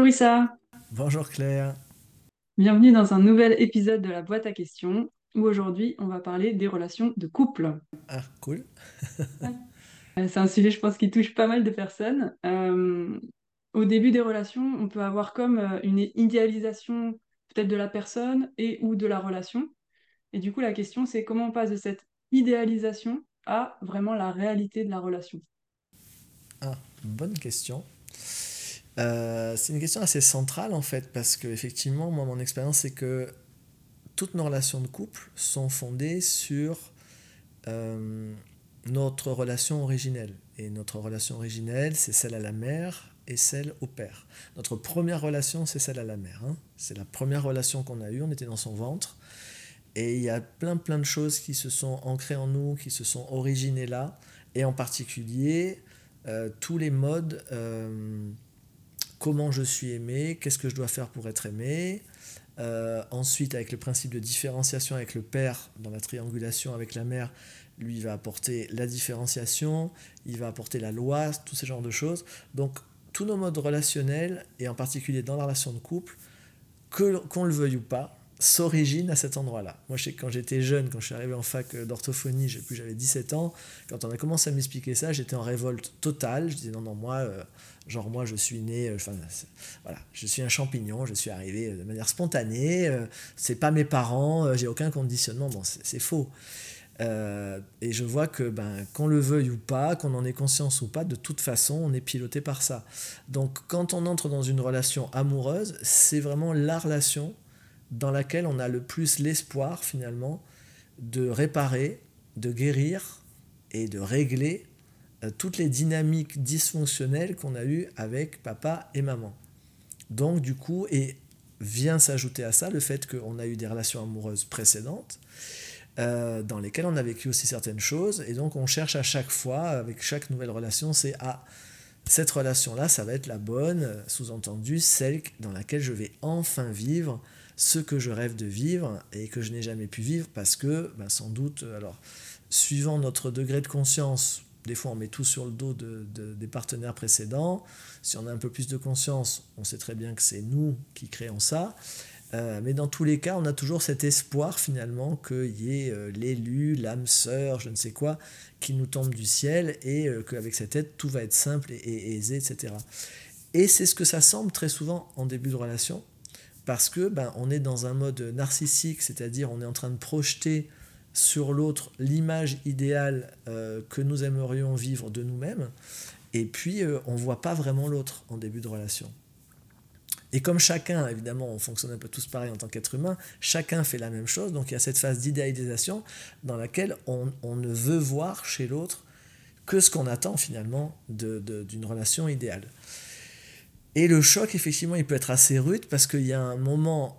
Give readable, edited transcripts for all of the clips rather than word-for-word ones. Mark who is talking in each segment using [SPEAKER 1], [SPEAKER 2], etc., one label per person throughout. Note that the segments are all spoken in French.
[SPEAKER 1] Bonjour Issa,
[SPEAKER 2] Bonjour Claire.
[SPEAKER 1] bienvenue dans un nouvel épisode de la boîte à questions où aujourd'hui on va parler des relations de couple.
[SPEAKER 2] Ah, cool.
[SPEAKER 1] Ouais. C'est un sujet je pense qui touche pas mal de personnes. Au début des relations, on peut avoir comme une idéalisation peut-être de la personne et ou de la relation. Et du coup la question c'est comment on passe de cette idéalisation à vraiment la réalité de la relation.
[SPEAKER 2] Ah, bonne question. C'est une question assez centrale en fait, parce que effectivement, moi, mon expérience, c'est que toutes nos relations de couple sont fondées sur euh, notre relation originelle. Et notre relation originelle, c'est celle à la mère et celle au père. Notre première relation, c'est celle à la mère, hein. C'est la première relation qu'on a eue, on était dans son ventre. Et il y a plein de choses qui se sont ancrées en nous, qui se sont originées là. Et en particulier, tous les modes, comment je suis aimé, qu'est-ce que je dois faire pour être aimé. Ensuite, avec le principe de différenciation avec le père, dans la triangulation avec la mère, lui il va apporter la différenciation, il va apporter la loi, tous ces genres de choses. Donc, tous nos modes relationnels, et en particulier dans la relation de couple, qu'on le veuille ou pas, s'origine à cet endroit-là. Moi, je sais que quand j'étais jeune, quand je suis arrivé en fac d'orthophonie, j'avais 17 ans, quand on a commencé à m'expliquer ça, j'étais en révolte totale. Je disais non, non, moi, moi, je suis né, voilà, je suis un champignon, je suis arrivé de manière spontanée, c'est pas mes parents, j'ai aucun conditionnement. Bon, c'est faux. Et je vois que qu'on le veuille ou pas, qu'on en ait conscience ou pas, de toute façon, on est piloté par ça. Donc quand on entre dans une relation amoureuse, c'est vraiment la relation dans laquelle on a le plus l'espoir finalement de réparer, de guérir et de régler toutes les dynamiques dysfonctionnelles qu'on a eues avec papa et maman. Donc du coup, et vient s'ajouter à ça le fait qu'on a eu des relations amoureuses précédentes dans lesquelles on a vécu aussi certaines choses. Et donc on cherche à chaque fois, avec chaque nouvelle relation, c'est cette relation-là, ça va être la bonne, sous-entendu, celle dans laquelle je vais enfin vivre ce que je rêve de vivre et que je n'ai jamais pu vivre parce que, sans doute, alors, suivant notre degré de conscience, des fois on met tout sur le dos des partenaires précédents. Si on a un peu plus de conscience, on sait très bien que c'est nous qui créons ça. Mais dans tous les cas, on a toujours cet espoir finalement qu'il y ait l'élu, l'âme sœur, je ne sais quoi, qui nous tombe du ciel et qu'avec cette aide, tout va être simple et aisé, etc. Et c'est ce que ça semble très souvent en début de relation, parce que on est dans un mode narcissique, c'est-à-dire on est en train de projeter sur l'autre l'image idéale que nous aimerions vivre de nous-mêmes, et puis on ne voit pas vraiment l'autre en début de relation. Et comme chacun, évidemment, on fonctionne un peu tous pareil en tant qu'être humain, chacun fait la même chose, donc il y a cette phase d'idéalisation dans laquelle on ne veut voir chez l'autre que ce qu'on attend finalement d'une relation idéale. Et le choc, effectivement, il peut être assez rude parce qu'il y a un moment,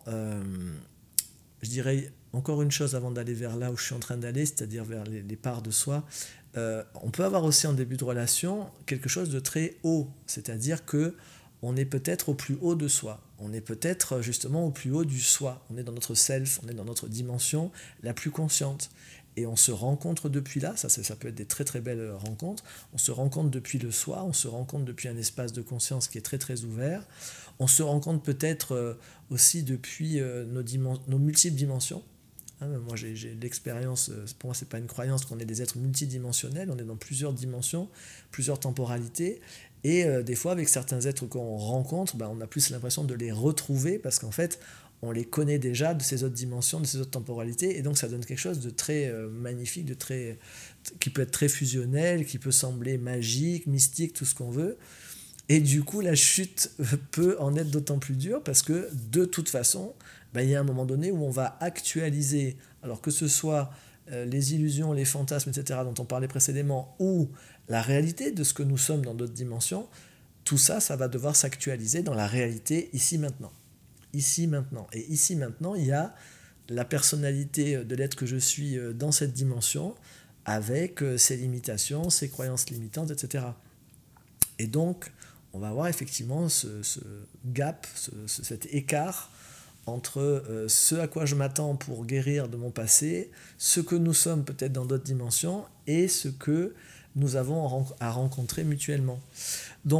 [SPEAKER 2] je dirais encore une chose avant d'aller vers là où je suis en train d'aller, c'est-à-dire vers les parts de soi. On peut avoir aussi en début de relation quelque chose de très haut, c'est-à-dire que on est peut-être au plus haut de soi, on est peut-être justement au plus haut du soi, on est dans notre self, on est dans notre dimension la plus consciente. Et on se rencontre depuis là, ça peut être des très très belles rencontres, on se rencontre depuis le soi, on se rencontre depuis un espace de conscience qui est très très ouvert, on se rencontre peut-être aussi depuis nos multiples dimensions. Hein, moi, j'ai l'expérience, pour moi, c'est pas une croyance qu'on est des êtres multidimensionnels, on est dans plusieurs dimensions, plusieurs temporalités, et des fois, avec certains êtres qu'on rencontre, on a plus l'impression de les retrouver, parce qu'en fait, on les connaît déjà de ces autres dimensions, de ces autres temporalités, et donc ça donne quelque chose de très magnifique, qui peut être très fusionnel, qui peut sembler magique, mystique, tout ce qu'on veut. Et du coup, la chute peut en être d'autant plus dure parce que de toute façon, il y a un moment donné où on va actualiser, alors que ce soit les illusions, les fantasmes, etc., dont on parlait précédemment, ou la réalité de ce que nous sommes dans d'autres dimensions, tout ça, ça va devoir s'actualiser dans la réalité ici maintenant. Ici maintenant. Et ici maintenant, il y a la personnalité de l'être que je suis dans cette dimension, avec ses limitations, ses croyances limitantes, etc. Et donc, on va avoir effectivement ce gap, cet écart entre ce à quoi je m'attends pour guérir de mon passé, ce que nous sommes peut-être dans d'autres dimensions et ce que nous avons à rencontrer mutuellement. Donc,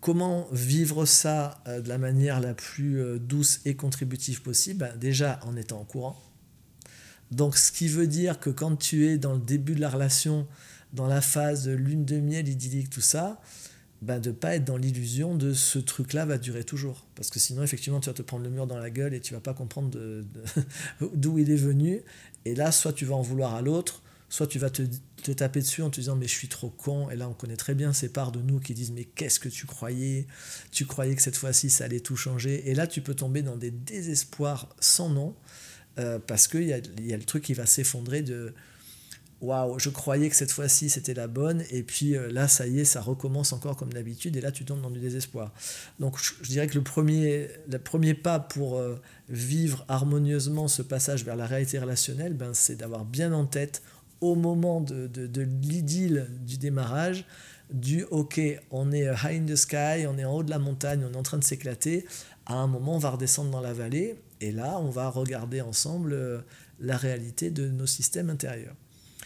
[SPEAKER 2] comment vivre ça de la manière la plus douce et contributive possible? Déjà en étant au courant. Donc ce qui veut dire que quand tu es dans le début de la relation, dans la phase de lune de miel idyllique, tout ça, de ne pas être dans l'illusion de ce truc-là va durer toujours. Parce que sinon, effectivement, tu vas te prendre le mur dans la gueule et tu vas pas comprendre d'où il est venu. Et là, soit tu vas en vouloir à l'autre, soit tu vas te taper dessus en te disant mais je suis trop con. Et là, on connaît très bien ces parts de nous qui disent mais qu'est-ce que tu croyais? Tu croyais que cette fois-ci, ça allait tout changer. Et là, tu peux tomber dans des désespoirs sans nom parce qu'il y a le truc qui va s'effondrer de waouh, je croyais que cette fois-ci c'était la bonne, et puis là, ça y est, ça recommence encore comme d'habitude, et là, tu tombes dans du désespoir. Donc, je dirais que le premier pas pour vivre harmonieusement ce passage vers la réalité relationnelle, c'est d'avoir bien en tête, au moment de l'idylle du démarrage, du ok, on est high in the sky, on est en haut de la montagne, on est en train de s'éclater, à un moment, on va redescendre dans la vallée, et là, on va regarder ensemble la réalité de nos systèmes intérieurs.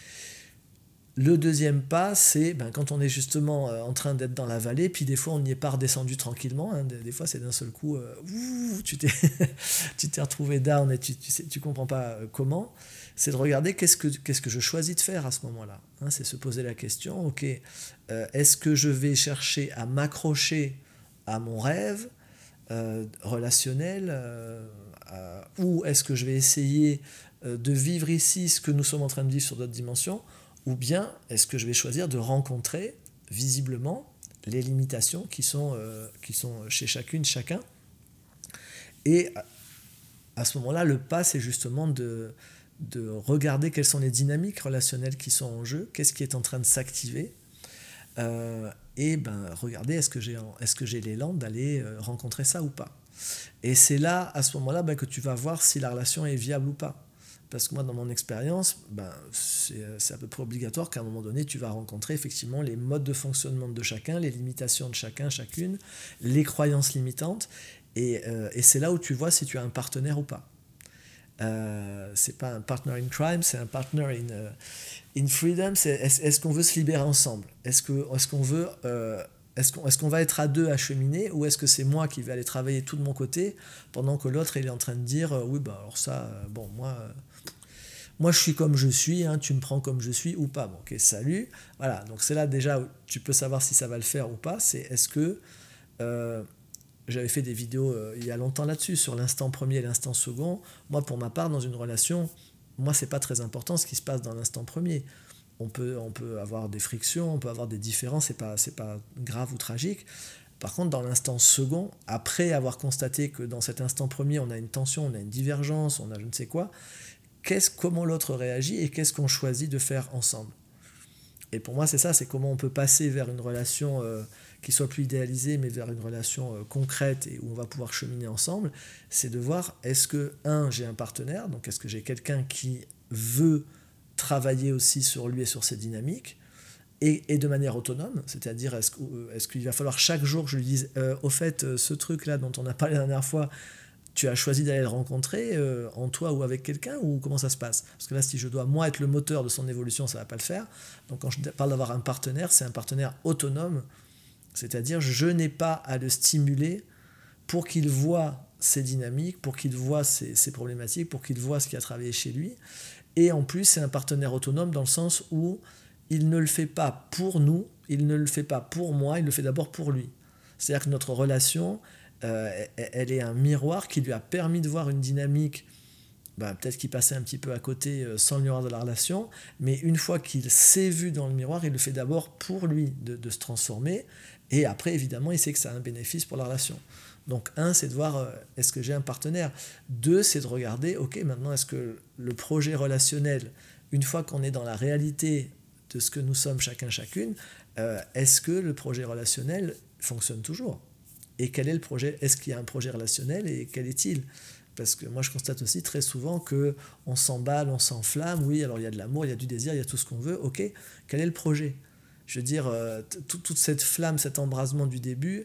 [SPEAKER 2] Le deuxième pas, c'est quand on est justement en train d'être dans la vallée, puis des fois on n'y est pas redescendu tranquillement, hein, des fois c'est d'un seul coup, tu t'es retrouvé down et tu comprends pas comment, c'est de regarder qu'est-ce que je choisis de faire à ce moment-là. Hein, c'est se poser la question, ok, est-ce que je vais chercher à m'accrocher à mon rêve relationnel, ou est-ce que je vais essayer de vivre ici ce que nous sommes en train de vivre sur d'autres dimensions, ou bien est-ce que je vais choisir de rencontrer visiblement les limitations qui sont chez chacun. Et à ce moment-là, le pas, c'est justement de regarder quelles sont les dynamiques relationnelles qui sont en jeu, qu'est-ce qui est en train de s'activer, et regarder est-ce que j'ai l'élan d'aller rencontrer ça ou pas. Et c'est là, à ce moment-là, que tu vas voir si la relation est viable ou pas. Parce que moi, dans mon expérience, c'est à peu près obligatoire qu'à un moment donné, tu vas rencontrer effectivement les modes de fonctionnement de chacun, les limitations de chacun, chacune, les croyances limitantes, et c'est là où tu vois si tu as un partenaire ou pas. C'est pas un partner in crime, c'est un partner in freedom. Est-ce qu'on veut se libérer ensemble? Est-ce qu'on veut... est-ce qu'on va être à deux à cheminer, ou est-ce que c'est moi qui vais aller travailler tout de mon côté pendant que l'autre il est en train de dire oui alors ça moi je suis comme je suis, hein, tu me prends comme je suis ou pas. Bon, ok, salut. Voilà, donc c'est là déjà où tu peux savoir si ça va le faire ou pas. C'est est-ce que j'avais fait des vidéos il y a longtemps là-dessus sur l'instant premier et l'instant second. Moi pour ma part dans une relation, moi c'est pas très important ce qui se passe dans l'instant premier. On peut avoir des frictions, on peut avoir des différences, c'est pas grave ou tragique. Par contre, dans l'instant second, après avoir constaté que dans cet instant premier, on a une tension, on a une divergence, on a je ne sais quoi, comment l'autre réagit et qu'est-ce qu'on choisit de faire ensemble. Et pour moi, c'est ça, c'est comment on peut passer vers une relation qui soit plus idéalisée, mais vers une relation concrète et où on va pouvoir cheminer ensemble. C'est de voir, est-ce que, j'ai un partenaire, donc est-ce que j'ai quelqu'un qui veut travailler aussi sur lui et sur ses dynamiques, et de manière autonome, c'est-à-dire est-ce qu'il va falloir chaque jour que je lui dise au fait, ce truc-là dont on a parlé la dernière fois, tu as choisi d'aller le rencontrer en toi ou avec quelqu'un, ou comment ça se passe? Parce que là, si je dois, moi, être le moteur de son évolution, ça ne va pas le faire. Donc quand je parle d'avoir un partenaire, c'est un partenaire autonome, c'est-à-dire je n'ai pas à le stimuler pour qu'il voit ses dynamiques, pour qu'il voit ses problématiques, pour qu'il voit ce qui a travaillé chez lui. Et en plus, c'est un partenaire autonome dans le sens où il ne le fait pas pour nous, il ne le fait pas pour moi, il le fait d'abord pour lui. C'est-à-dire que notre relation, elle est un miroir qui lui a permis de voir une dynamique, peut-être qu'il passait un petit peu à côté sans le miroir de la relation, mais une fois qu'il s'est vu dans le miroir, il le fait d'abord pour lui de se transformer, et après, évidemment, il sait que ça a un bénéfice pour la relation. Donc, c'est de voir est-ce que j'ai un partenaire. 2, c'est de regarder, ok, maintenant, est-ce que le projet relationnel, une fois qu'on est dans la réalité de ce que nous sommes chacun, chacune, est-ce que le projet relationnel fonctionne toujours? Et quel est le projet? Est-ce qu'il y a un projet relationnel et quel est-il? Parce que moi je constate aussi très souvent qu'on s'emballe, on s'enflamme, oui, alors il y a de l'amour, il y a du désir, il y a tout ce qu'on veut, ok, quel est le projet? Je veux dire, toute cette flamme, cet embrasement du début,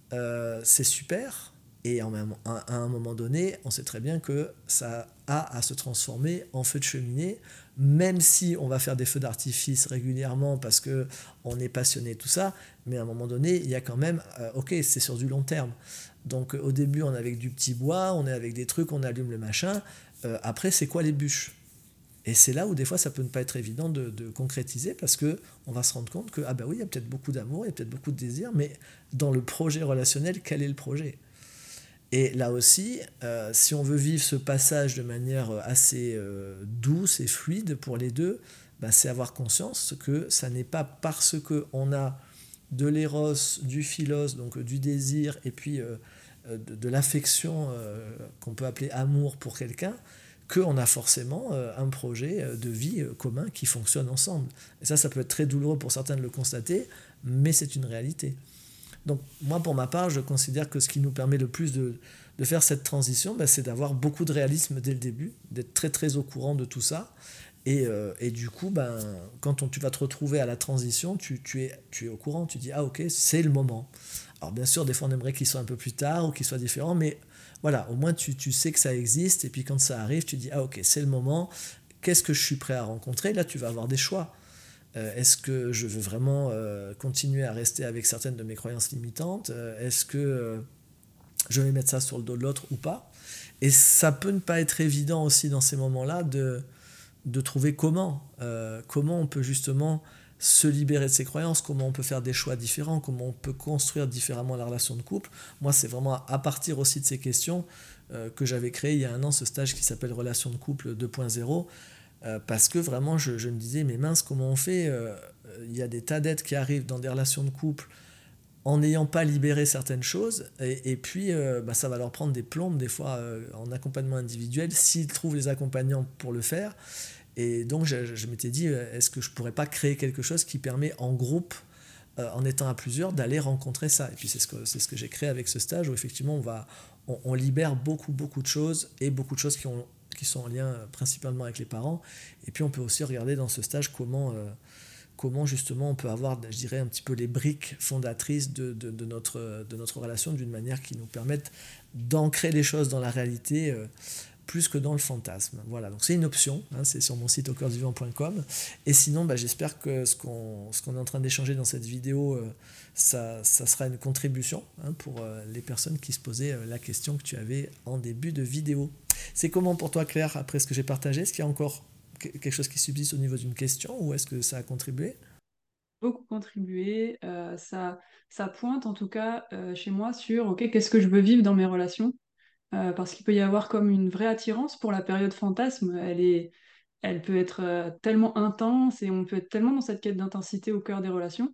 [SPEAKER 2] c'est super, et à un moment donné, on sait très bien que ça a à se transformer en feu de cheminée, même si on va faire des feux d'artifice régulièrement parce que on est passionné, tout ça, mais à un moment donné, il y a quand même, ok, c'est sur du long terme. Donc au début, on est avec du petit bois, on est avec des trucs, on allume le machin. Après, c'est quoi les bûches? Et c'est là où des fois ça peut ne pas être évident de concrétiser parce que on va se rendre compte que ah ben oui, il y a peut-être beaucoup d'amour, il y a peut-être beaucoup de désir, mais dans le projet relationnel, quel est le projet? Et là aussi, si on veut vivre ce passage de manière assez douce et fluide pour les deux, bah, c'est avoir conscience que ça n'est pas parce qu'on a de l'éros, du philos, donc du désir, et puis de l'affection qu'on peut appeler amour pour quelqu'un, qu'on a forcément un projet de vie commun qui fonctionne ensemble. Et ça peut être très douloureux pour certains de le constater, mais c'est une réalité. Donc moi, pour ma part, je considère que ce qui nous permet le plus de faire cette transition, ben, c'est d'avoir beaucoup de réalisme dès le début, d'être très très au courant de tout ça. Et du coup, ben, quand tu vas te retrouver à la transition, tu es au courant, tu dis, ah ok, c'est le moment. Alors bien sûr, des fois on aimerait qu'il soit un peu plus tard ou qu'il soit différent, mais voilà, au moins tu sais que ça existe, et puis quand ça arrive, tu dis, ah ok, c'est le moment, qu'est-ce que je suis prêt à rencontrer? Là, tu vas avoir des choix. Est-ce que je veux vraiment continuer à rester avec certaines de mes croyances limitantes? Est-ce que je vais mettre ça sur le dos de l'autre ou pas? Et ça peut ne pas être évident aussi dans ces moments-là de trouver comment on peut justement se libérer de ses croyances, comment on peut faire des choix différents, comment on peut construire différemment la relation de couple. Moi, c'est vraiment à partir aussi de ces questions que j'avais créé il y a un an ce stage qui s'appelle Relation de couple 2.0, parce que vraiment je me disais, mais mince, comment on fait? Il y a des tas d'êtres qui arrivent dans des relations de couple en n'ayant pas libéré certaines choses, et puis bah, ça va leur prendre des plombes des fois en accompagnement individuel s'ils trouvent les accompagnants pour le faire. Et donc je m'étais dit, est-ce que je pourrais pas créer quelque chose qui permet en groupe, en étant à plusieurs, d'aller rencontrer ça? Et puis c'est ce que j'ai créé avec ce stage où effectivement on libère beaucoup de choses, et beaucoup de choses qui sont en lien principalement avec les parents. Et puis on peut aussi regarder dans ce stage comment justement on peut avoir, je dirais, un petit peu les briques fondatrices de notre relation d'une manière qui nous permette d'ancrer les choses dans la réalité plus que dans le fantasme. Voilà, donc c'est une option, hein, c'est sur mon site aucœurduvivant.com. Et sinon, bah, j'espère que ce qu'on est en train d'échanger dans cette vidéo, ça sera une contribution, hein, pour les personnes qui se posaient la question que tu avais en début de vidéo. C'est comment pour toi, Claire, après ce que j'ai partagé? Est-ce qu'il y a encore quelque chose qui subsiste au niveau d'une question, ou est-ce que ça a contribué?
[SPEAKER 1] Beaucoup contribué. Ça pointe en tout cas chez moi sur ok, qu'est-ce que je veux vivre dans mes relations. Parce qu'il peut y avoir comme une vraie attirance pour la période fantasme. Elle peut être tellement intense, et on peut être tellement dans cette quête d'intensité au cœur des relations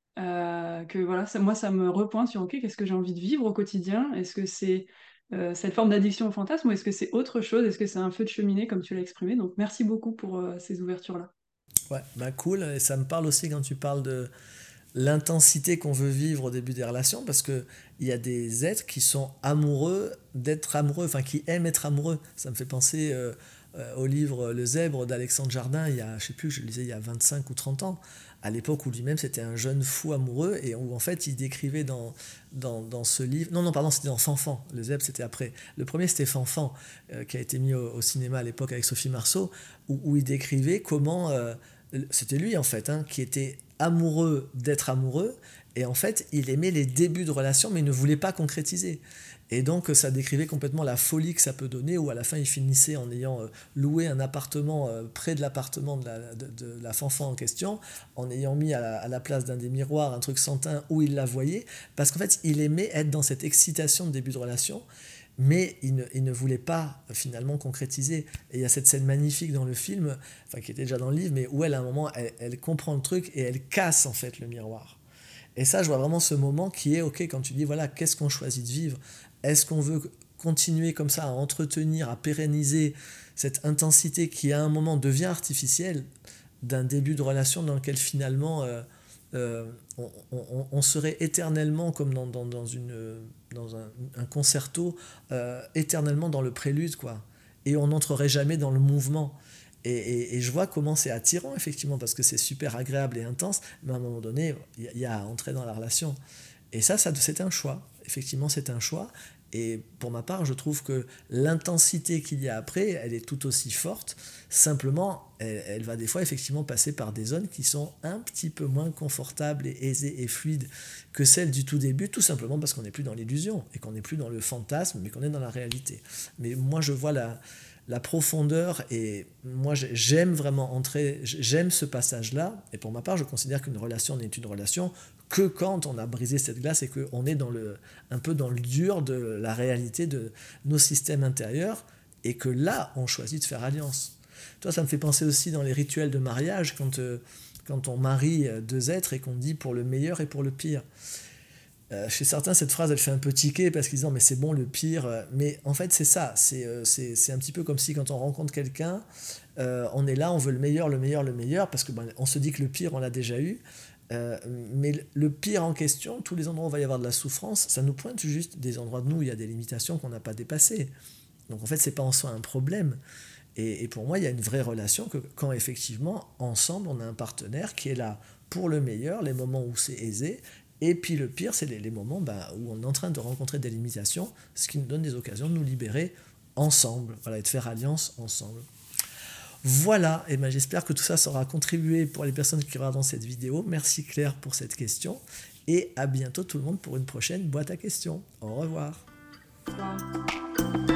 [SPEAKER 1] que voilà, moi ça me repointe sur ok, qu'est-ce que j'ai envie de vivre au quotidien? Est-ce que c'est cette forme d'addiction au fantasme, ou est-ce que c'est autre chose? Est-ce que c'est un feu de cheminée comme tu l'as exprimé? Donc merci beaucoup pour ces ouvertures-là.
[SPEAKER 2] Ouais, bah cool. Et ça me parle aussi quand tu parles de l'intensité qu'on veut vivre au début des relations, parce que il y a des êtres qui sont amoureux d'être amoureux, enfin qui aiment être amoureux. Ça me fait penser au livre Le Zèbre d'Alexandre Jardin, il y a, je sais plus, je le lisais il y a 25 ou 30 ans, à l'époque où lui-même c'était un jeune fou amoureux, et où en fait il décrivait dans ce livre, non, pardon, c'était dans Fanfan, Le Zèbre c'était après, le premier c'était Fanfan, qui a été mis au cinéma à l'époque avec Sophie Marceau, où il décrivait comment, c'était lui en fait, hein, qui était amoureux d'être amoureux, et en fait il aimait les débuts de relation mais il ne voulait pas concrétiser. Et donc ça décrivait complètement la folie que ça peut donner, où à la fin il finissait en ayant loué un appartement près de l'appartement de la fanfan en question, en ayant mis à la place d'un des miroirs un truc sans teint où il la voyait, parce qu'en fait il aimait être dans cette excitation de début de relation, mais il ne voulait pas finalement concrétiser. Et il y a cette scène magnifique dans le film, enfin qui était déjà dans le livre, mais où elle, à un moment, elle comprend le truc et elle casse en fait le miroir. Et ça, je vois vraiment ce moment qui est, ok, quand tu dis, voilà, qu'est-ce qu'on choisit de vivre? Est-ce qu'on veut continuer comme ça à entretenir, à pérenniser cette intensité qui à un moment devient artificielle, d'un début de relation dans lequel finalement on serait éternellement comme dans un concerto, éternellement dans le prélude, quoi. Et on n'entrerait jamais dans le mouvement. Et je vois comment c'est attirant, effectivement, parce que c'est super agréable et intense, mais à un moment donné, il y a à entrer dans la relation. Et ça c'est un choix. Effectivement, c'est un choix. Et pour ma part, je trouve que l'intensité qu'il y a après, elle est tout aussi forte. Simplement, elle va des fois effectivement passer par des zones qui sont un petit peu moins confortables et aisées et fluides que celles du tout début, tout simplement parce qu'on n'est plus dans l'illusion et qu'on n'est plus dans le fantasme, mais qu'on est dans la réalité. Mais moi, je vois la profondeur et moi, j'aime vraiment entrer, j'aime ce passage-là. Et pour ma part, je considère qu'une relation n'est une relation que quand on a brisé cette glace et qu'on est un peu dans le dur de la réalité de nos systèmes intérieurs et que là, on choisit de faire alliance. Toi, ça me fait penser aussi dans les rituels de mariage, quand on marie deux êtres et qu'on dit pour le meilleur et pour le pire. Chez certains, cette phrase, elle fait un peu tiquer parce qu'ils disent mais c'est bon le pire. Mais en fait, c'est ça. C'est un petit peu comme si quand on rencontre quelqu'un, on est là, on veut le meilleur, le meilleur, le meilleur, parce que on se dit que le pire, on l'a déjà eu. Mais le pire en question, tous les endroits où il va y avoir de la souffrance, ça nous pointe juste des endroits de nous où il y a des limitations qu'on n'a pas dépassées. Donc en fait, c'est pas en soi un problème. Et pour moi, il y a une vraie relation que quand effectivement, ensemble, on a un partenaire qui est là pour le meilleur, les moments où c'est aisé, et puis le pire, c'est les moments où on est en train de rencontrer des limitations, ce qui nous donne des occasions de nous libérer ensemble, voilà, et de faire alliance ensemble. Voilà, et j'espère que tout ça saura contribuer pour les personnes qui regardent cette vidéo. Merci Claire pour cette question, et à bientôt tout le monde pour une prochaine boîte à questions. Au revoir.
[SPEAKER 1] Au revoir.